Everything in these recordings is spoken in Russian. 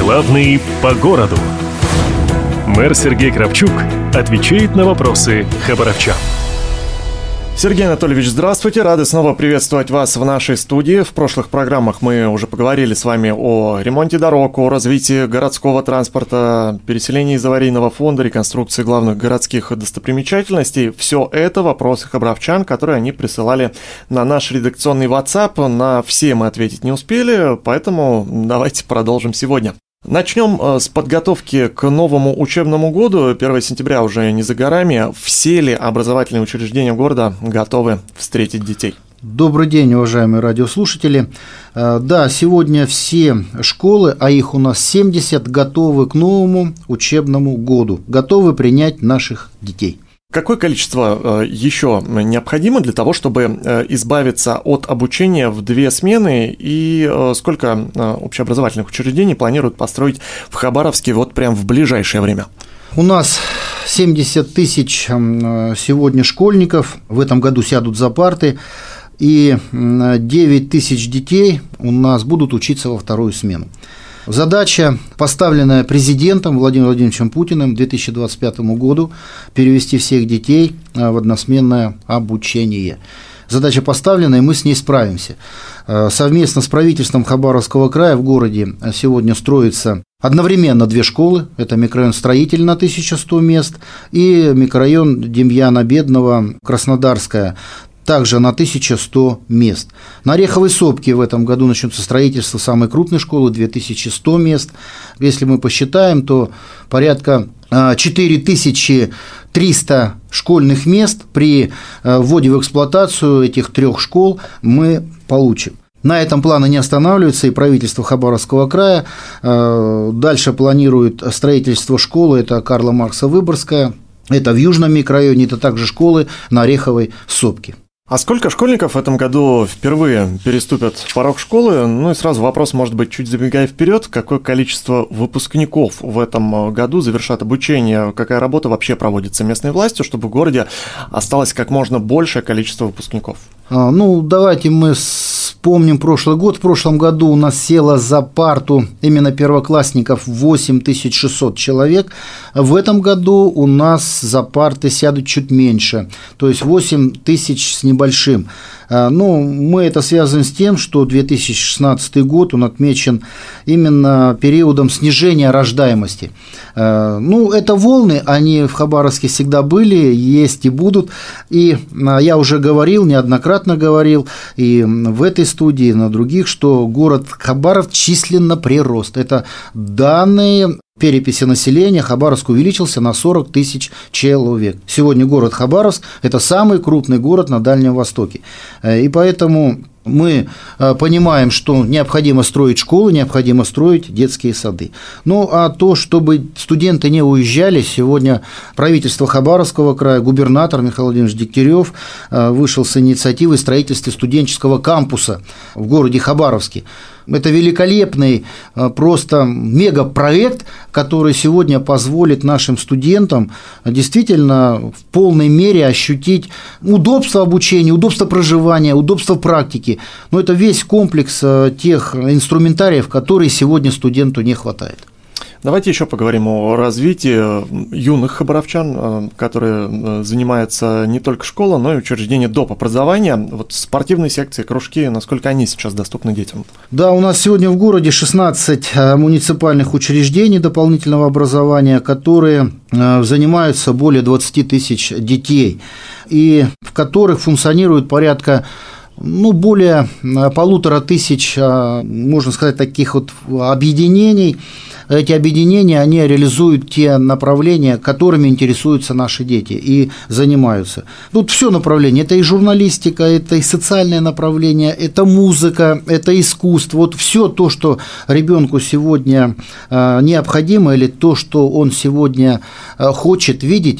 Главный по городу. Мэр Сергей Кравчук отвечает на вопросы хабаровчан. Сергей Анатольевич, здравствуйте. Рады снова приветствовать вас в нашей студии. В прошлых программах мы уже поговорили с вами о ремонте дорог, о развитии городского транспорта, переселении из аварийного фонда, реконструкции главных городских достопримечательностей. Все это вопросы хабаровчан, которые они присылали на наш редакционный WhatsApp. На все мы ответить не успели, поэтому давайте продолжим сегодня. Начнем с подготовки к новому учебному году. 1 сентября уже не за горами. Все ли образовательные учреждения города готовы встретить детей? Добрый день, уважаемые радиослушатели. Да, сегодня все школы, а их у нас 70, готовы к новому учебному году, готовы принять наших детей. Какое количество еще необходимо для того, чтобы избавиться от обучения в 2 смены, и сколько общеобразовательных учреждений планируют построить в Хабаровске вот прям в ближайшее время? У нас 70 тысяч сегодня школьников в этом году сядут за парты, и 9 тысяч детей у нас будут учиться во 2-ю смену. Задача, поставленная президентом Владимиром Владимировичем Путиным к 2025 году, перевести всех детей в односменное обучение. Задача поставлена, и мы с ней справимся. Совместно с правительством Хабаровского края в городе сегодня строится одновременно 2 школы. Это микрорайон Строитель на 1100 мест и микрорайон Демьяна Бедного, Краснодарская, также на 1100 мест. На Ореховой Сопке в этом году начнется строительство самой крупной школы, 2100 мест. Если мы посчитаем, то порядка 4300 школьных мест при вводе в эксплуатацию этих 3 школ мы получим. На этом планы не останавливаются, и правительство Хабаровского края дальше планирует строительство школы, это Карла Маркса Выборгская, это в Южном микрорайоне, это также школы на Ореховой Сопке. А сколько школьников в этом году впервые переступят порог школы? Ну и сразу вопрос, может быть, чуть забегая вперед, какое количество выпускников в этом году завершат обучение, какая работа вообще проводится местной властью, чтобы в городе осталось как можно большее количество выпускников? Давайте мы вспомним прошлый год. В прошлом году у нас село за парту именно первоклассников 8600 человек. В этом году у нас за парты сядут чуть меньше, то есть 8000 с небольшим. Мы это связываем с тем, что 2016 год, он отмечен именно периодом снижения рождаемости. Это волны, они в Хабаровске всегда были, есть и будут. И я уже говорил, неоднократно говорил, и в этой студии, и на других, что город Хабаров численно прирост. Это данные переписи населения. Хабаровск увеличился на 40 тысяч человек. Сегодня город Хабаровск – это самый крупный город на Дальнем Востоке. И поэтому мы понимаем, что необходимо строить школы, необходимо строить детские сады. А то, чтобы студенты не уезжали, сегодня правительство Хабаровского края, губернатор Михаил Владимирович Дегтярев вышел с инициативой строительства студенческого кампуса в городе Хабаровске. Это великолепный просто мегапроект, который сегодня позволит нашим студентам действительно в полной мере ощутить удобство обучения, удобство проживания, удобство практики. Но это весь комплекс тех инструментариев, которые сегодня студенту не хватает. Давайте еще поговорим о развитии юных хабаровчан, которые занимаются не только школа, но и учреждения доп. Образования. Вот спортивные секции, кружки, насколько они сейчас доступны детям? Да, у нас сегодня в городе 16 муниципальных учреждений дополнительного образования, которые занимаются более 20 тысяч детей, и в которых функционирует порядка более 1500, можно сказать, таких вот объединений. Эти объединения, они реализуют те направления, которыми интересуются наши дети и занимаются. Тут все направление, это и журналистика, это и социальное направление, это музыка, это искусство. Вот все то, что ребенку сегодня необходимо, или то, что он сегодня хочет видеть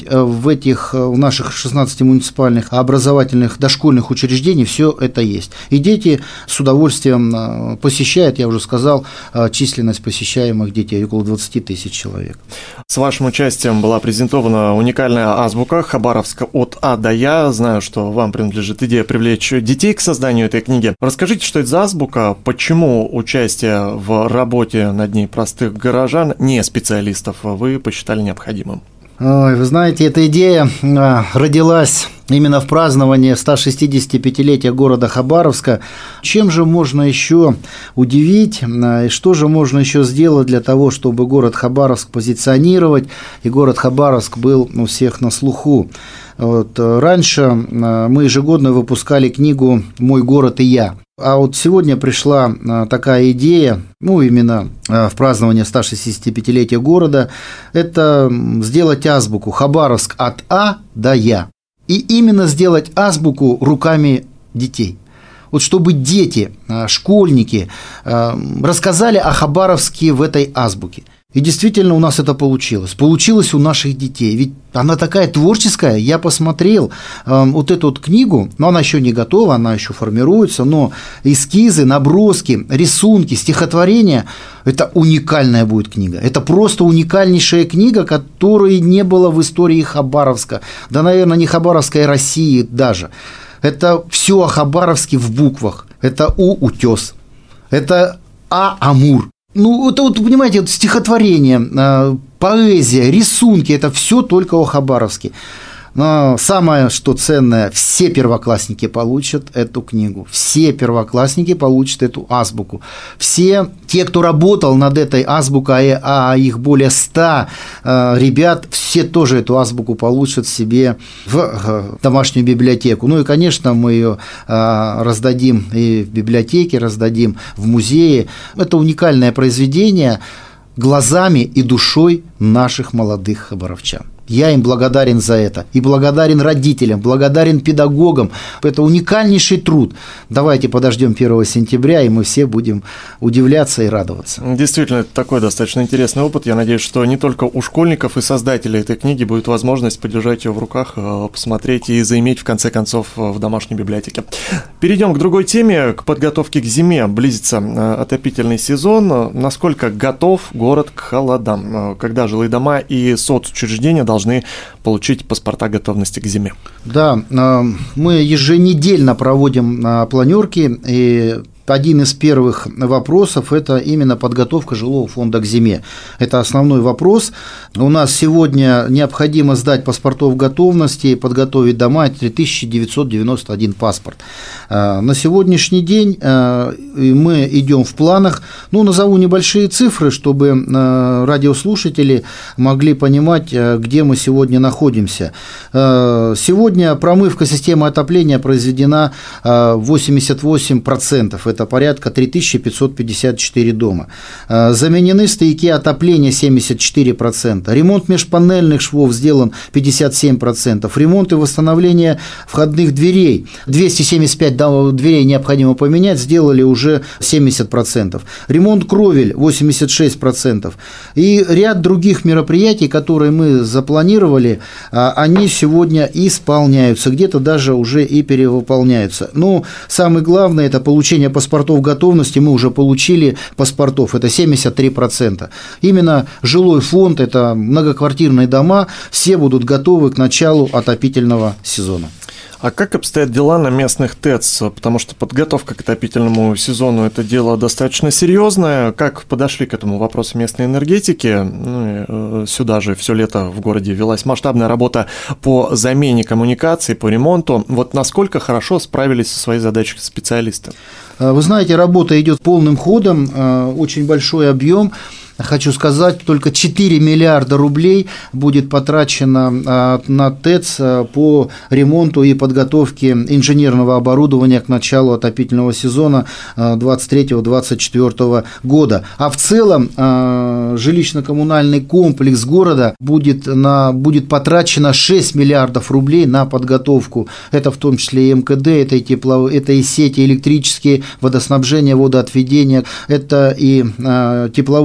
в наших 16 муниципальных образовательных дошкольных учреждениях, все это есть. И дети с удовольствием посещают, я уже сказал, численность посещаемых детей Хабаровске около 20 тысяч человек. С вашим участием была презентована уникальная азбука «Хабаровск от А до Я». Знаю, что вам принадлежит идея привлечь детей к созданию этой книги. Расскажите, что это за азбука, почему участие в работе над ней простых горожан, не специалистов, вы посчитали необходимым? Ой, вы знаете, эта идея родилась именно в праздновании 165-летия города Хабаровска. Чем же можно еще удивить, и что же можно еще сделать для того, чтобы город Хабаровск позиционировать, и город Хабаровск был у всех на слуху? Вот, раньше мы ежегодно выпускали книгу «Мой город и я». А вот сегодня пришла такая идея, именно в празднование 165-летия города, это сделать азбуку «Хабаровск от А до Я». И именно сделать азбуку руками детей. Вот чтобы дети, школьники рассказали о Хабаровске в этой азбуке. И действительно у нас это получилось. Получилось у наших детей. Ведь она такая творческая. Я посмотрел вот эту вот книгу, но она еще не готова, она еще формируется, но эскизы, наброски, рисунки, стихотворения – это уникальная будет книга. Это просто уникальнейшая книга, которой не было в истории Хабаровска. Да, наверное, не Хабаровской России даже. Это все о Хабаровске в буквах. Это У – утес. Это А – Амур. Это вот, понимаете, вот стихотворение, поэзия, рисунки – это все только о Хабаровске. Но самое, что ценное, все первоклассники получат эту книгу, все первоклассники получат эту азбуку. Все те, кто работал над этой азбукой, а их более 100 ребят, все тоже эту азбуку получат себе в домашнюю библиотеку. И, конечно, мы ее раздадим и в библиотеке, раздадим в музее. Это уникальное произведение глазами и душой наших молодых хабаровчан. Я им благодарен за это. И благодарен родителям, благодарен педагогам. Это уникальнейший труд. Давайте подождем 1 сентября, и мы все будем удивляться и радоваться. Действительно, это такой достаточно интересный опыт. Я надеюсь, что не только у школьников и создателей этой книги будет возможность подержать ее в руках, посмотреть и заиметь, в конце концов, в домашней библиотеке. Перейдем к другой теме, к подготовке к зиме. Близится отопительный сезон. Насколько готов город к холодам? Когда жилые дома и соцучреждения должны получить паспорта готовности к зиме? Да, мы еженедельно проводим планерки, и один из первых вопросов – это именно подготовка жилого фонда к зиме. Это основной вопрос. У нас сегодня необходимо сдать паспортов готовности и подготовить дома 3991 паспорт. На сегодняшний день мы идем в планах, назову небольшие цифры, чтобы радиослушатели могли понимать, где мы сегодня находимся. Сегодня промывка системы отопления произведена 88%. Это порядка 3554 дома. Заменены стояки отопления 74%. Ремонт межпанельных швов сделан 57%. Ремонт и восстановление входных дверей. 275 дверей необходимо поменять, сделали уже 70%. Ремонт кровель 86%. И ряд других мероприятий, которые мы запланировали, они сегодня исполняются, где-то даже уже и перевыполняются. Но самое главное – это получение паспортов готовности. Мы уже получили паспортов, это 73%. Именно жилой фонд, это многоквартирные дома, все будут готовы к началу отопительного сезона. А как обстоят дела на местных ТЭЦ? Потому что подготовка к отопительному сезону – это дело достаточно серьезное. Как подошли к этому вопросу местной энергетики? Сюда же все лето в городе велась масштабная работа по замене коммуникаций, по ремонту. Вот насколько хорошо справились со своей задачей специалисты? Вы знаете, работа идет полным ходом, очень большой объем. Хочу сказать, только 4 миллиарда рублей будет потрачено на ТЭЦ по ремонту и подготовке инженерного оборудования к началу отопительного сезона 2023-2024 года. А в целом жилищно-коммунальный комплекс города будет потрачено 6 миллиардов рублей на подготовку. Это в том числе и МКД, это и сети электрические, водоснабжение, водоотведение, это и тепловые сети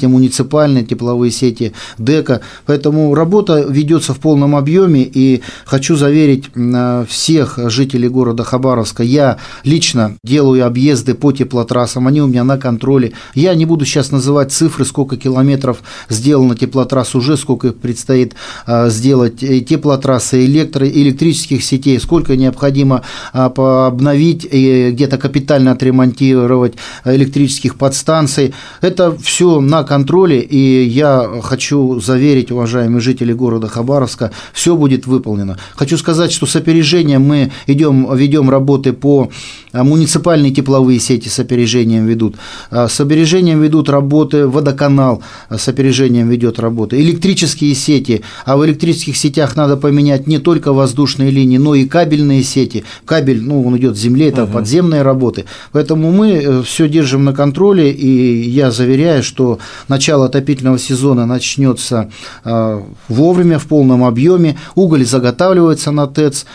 сети муниципальные, тепловые сети ДЭКа. Поэтому работа ведется в полном объеме, и хочу заверить всех жителей города Хабаровска, я лично делаю объезды по теплотрассам, они у меня на контроле. Я не буду сейчас называть цифры, сколько километров сделано теплотрасс уже, сколько предстоит сделать теплотрассы, электрических сетей, сколько необходимо обновить и где-то капитально отремонтировать электрических подстанций. Это все на контроле, и я хочу заверить, уважаемые жители города Хабаровска, все будет выполнено. Хочу сказать, что с опережением мы ведем работы по муниципальные тепловые сети, с опережением ведут. С опережением ведут работы водоканал, с опережением ведет работы. Электрические сети, а в электрических сетях надо поменять не только воздушные линии, но и кабельные сети. Кабель, он идет с земли, это подземные работы. Поэтому мы все держим на контроле, и я заверяю, что начало отопительного сезона начнется вовремя, в полном объеме. Уголь заготавливается на ТЭЦ.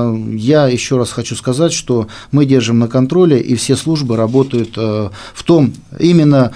Я еще раз хочу сказать, что мы держим на контроле, и все службы работают в том именно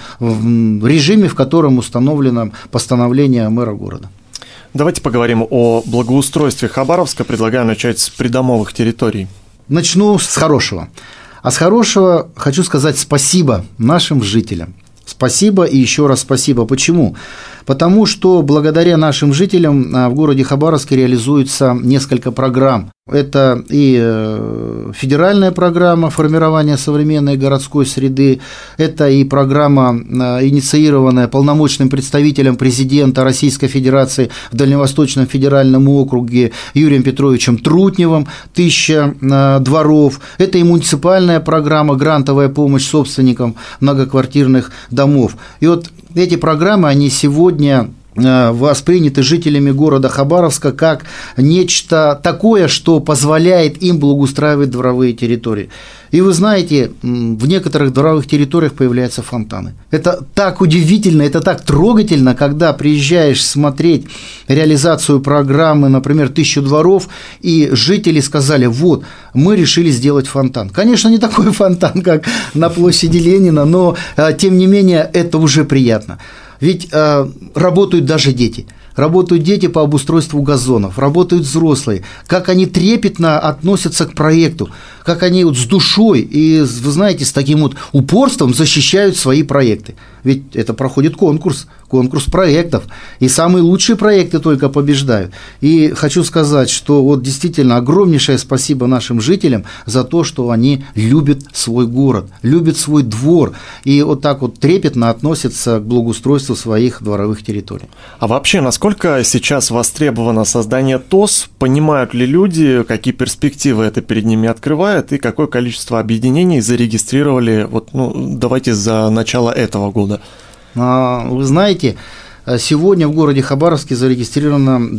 в режиме, в котором установлено постановление мэра города. Давайте поговорим о благоустройстве Хабаровска. Предлагаю начать с придомовых территорий. Начну с хорошего. А с хорошего хочу сказать спасибо нашим жителям. Спасибо и еще раз спасибо. Почему? Потому что благодаря нашим жителям в городе Хабаровске реализуется несколько программ. Это и федеральная программа формирования современной городской среды, это и программа, инициированная полномочным представителем президента Российской Федерации в Дальневосточном федеральном округе Юрием Петровичем Трутневым, 1000 дворов, это и муниципальная программа «Грантовая помощь собственникам многоквартирных домов». И вот эти программы, они сегодня восприняты жителями города Хабаровска как нечто такое, что позволяет им благоустраивать дворовые территории. И вы знаете, в некоторых дворовых территориях появляются фонтаны. Это так удивительно, это так трогательно, когда приезжаешь смотреть реализацию программы, например, 1000 дворов, и жители сказали: вот, мы решили сделать фонтан. Конечно, не такой фонтан, как на площади Ленина, но, тем не менее, это уже приятно. Ведь работают даже дети. Работают дети по обустройству газонов, работают взрослые, как они трепетно относятся к проекту, как они с душой и, вы знаете, с таким вот упорством защищают свои проекты. Ведь это проходит конкурс проектов, и самые лучшие проекты только побеждают. И хочу сказать, что вот действительно огромнейшее спасибо нашим жителям за то, что они любят свой город, любят свой двор, и вот так вот трепетно относятся к благоустройству своих дворовых территорий. А вообще, насколько сейчас востребовано создание ТОС? Понимают ли люди, какие перспективы это перед ними открывает, и какое количество объединений зарегистрировали, давайте за начало этого года? Вы знаете, сегодня в городе Хабаровске зарегистрировано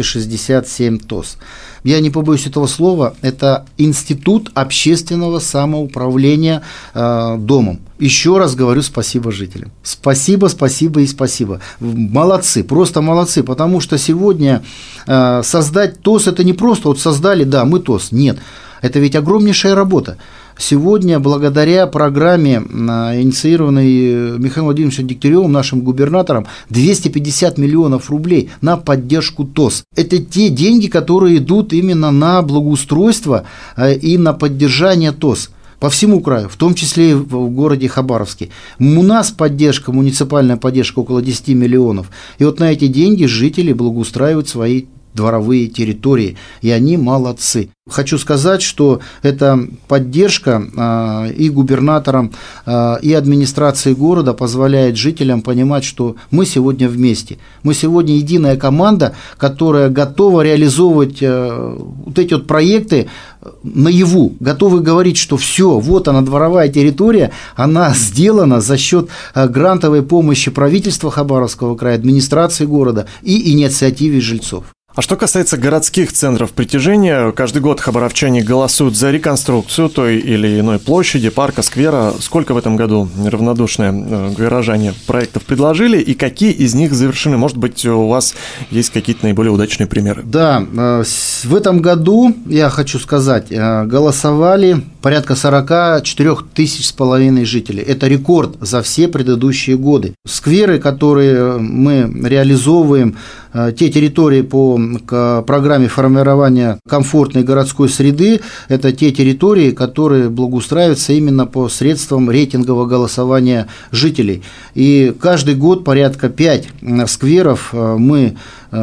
267 ТОС. Я не побоюсь этого слова, это Институт общественного самоуправления домом. Еще раз говорю спасибо жителям. Спасибо, спасибо и спасибо. Молодцы, просто молодцы, потому что сегодня создать ТОС – это не просто вот создали, да, мы ТОС, нет. Это ведь огромнейшая работа. Сегодня, благодаря программе, инициированной Михаилом Владимировичем Дегтяревым, нашим губернатором, 250 миллионов рублей на поддержку ТОС. Это те деньги, которые идут именно на благоустройство и на поддержание ТОС по всему краю, в том числе и в городе Хабаровске. У нас поддержка, муниципальная поддержка около 10 миллионов. И вот на эти деньги жители благоустраивают свои дворовые территории, и они молодцы. Хочу сказать, что эта поддержка и губернаторам, и администрации города позволяет жителям понимать, что мы сегодня вместе. Мы сегодня единая команда, которая готова реализовывать вот эти вот проекты наяву, готовы говорить, что все, вот она, дворовая территория, она сделана за счет грантовой помощи правительства Хабаровского края, администрации города и инициативы жильцов. А что касается городских центров притяжения, каждый год хабаровчане голосуют за реконструкцию той или иной площади, парка, сквера. Сколько в этом году неравнодушные горожане проектов предложили и какие из них завершены? Может быть, у вас есть какие-то наиболее удачные примеры? Да, в этом году, я хочу сказать, голосовали порядка 44 тысяч с половиной жителей. Это рекорд за все предыдущие годы. Скверы, которые мы реализовываем, те территории по программе формирования комфортной городской среды, это те территории, которые благоустраиваются именно по средствам рейтингового голосования жителей. И каждый год порядка 5 скверов мы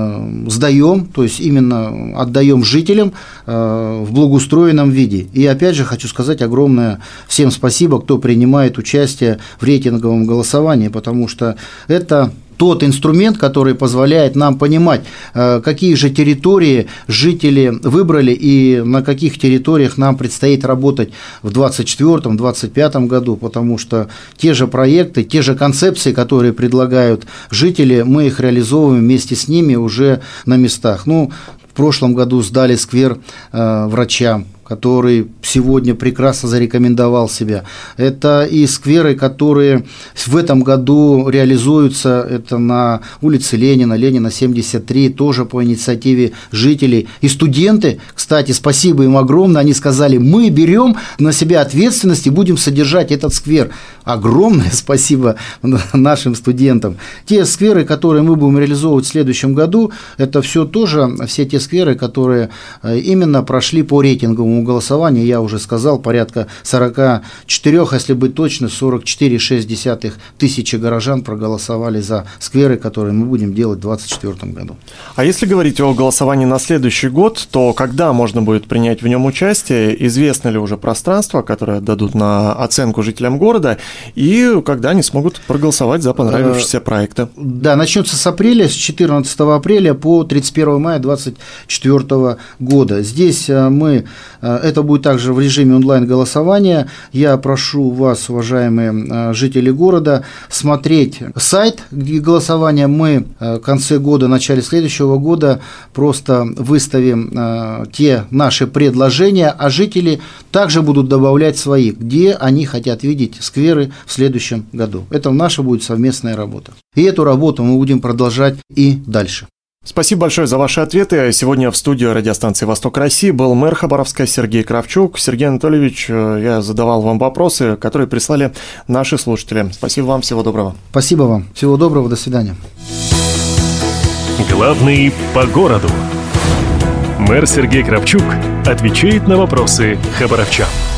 сдаем, то есть именно отдаем жителям в благоустроенном виде. И опять же хочу сказать огромное всем спасибо, кто принимает участие в рейтинговом голосовании, потому что это тот инструмент, который позволяет нам понимать, какие же территории жители выбрали и на каких территориях нам предстоит работать в 2024-2025 году, потому что те же проекты, те же концепции, которые предлагают жители, мы их реализовываем вместе с ними уже на местах. В прошлом году сдали сквер врачам, который сегодня прекрасно зарекомендовал себя. Это и скверы, которые в этом году реализуются, это на улице Ленина 73, тоже по инициативе жителей. И студенты, кстати, спасибо им огромное, они сказали, мы берем на себя ответственность и будем содержать этот сквер. Огромное спасибо нашим студентам. Те скверы, которые мы будем реализовывать в следующем году, это все те скверы, которые именно прошли по рейтинговому голосованию, я уже сказал, порядка 44, если быть точно, 44,6 тысячи горожан проголосовали за скверы, которые мы будем делать в 2024 году. А если говорить о голосовании на следующий год, то когда можно будет принять в нем участие? Известно ли уже пространство, которое дадут на оценку жителям города, и когда они смогут проголосовать за понравившиеся проекты? Да, начнется с апреля, с 14 апреля по 31 мая 2024 года. Здесь это будет также в режиме онлайн-голосования. Я прошу вас, уважаемые жители города, смотреть сайт голосования. Мы в конце года, в начале следующего года просто выставим те наши предложения, а жители также будут добавлять свои, где они хотят видеть скверы в следующем году. Это наша будет совместная работа. И эту работу мы будем продолжать и дальше. Спасибо большое за ваши ответы. Сегодня в студии радиостанции «Восток России» был мэр Хабаровска Сергей Кравчук. Сергей Анатольевич, я задавал вам вопросы, которые прислали наши слушатели. Спасибо вам, всего доброго. Спасибо вам, всего доброго, до свидания. Главный по городу. Мэр Сергей Кравчук отвечает на вопросы хабаровчан.